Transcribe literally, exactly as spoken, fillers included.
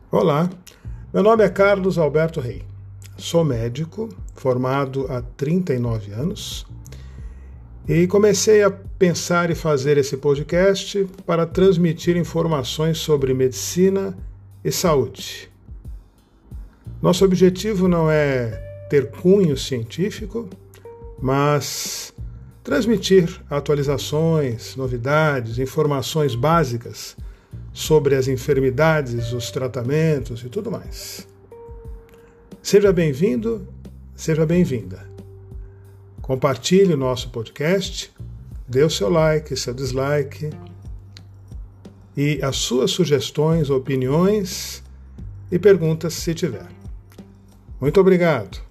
Olá, meu nome é Carlos Alberto Rey. Sou médico, formado há trinta e nove anos, e comecei a pensar e fazer esse podcast para transmitir informações sobre medicina e saúde. Nosso objetivo não é ter cunho científico, mas transmitir atualizações, novidades, informações básicas sobre as enfermidades, os tratamentos e tudo mais. Seja bem-vindo, seja bem-vinda. Compartilhe o nosso podcast, dê o seu like, seu dislike e as suas sugestões, opiniões e perguntas se tiver. Muito obrigado.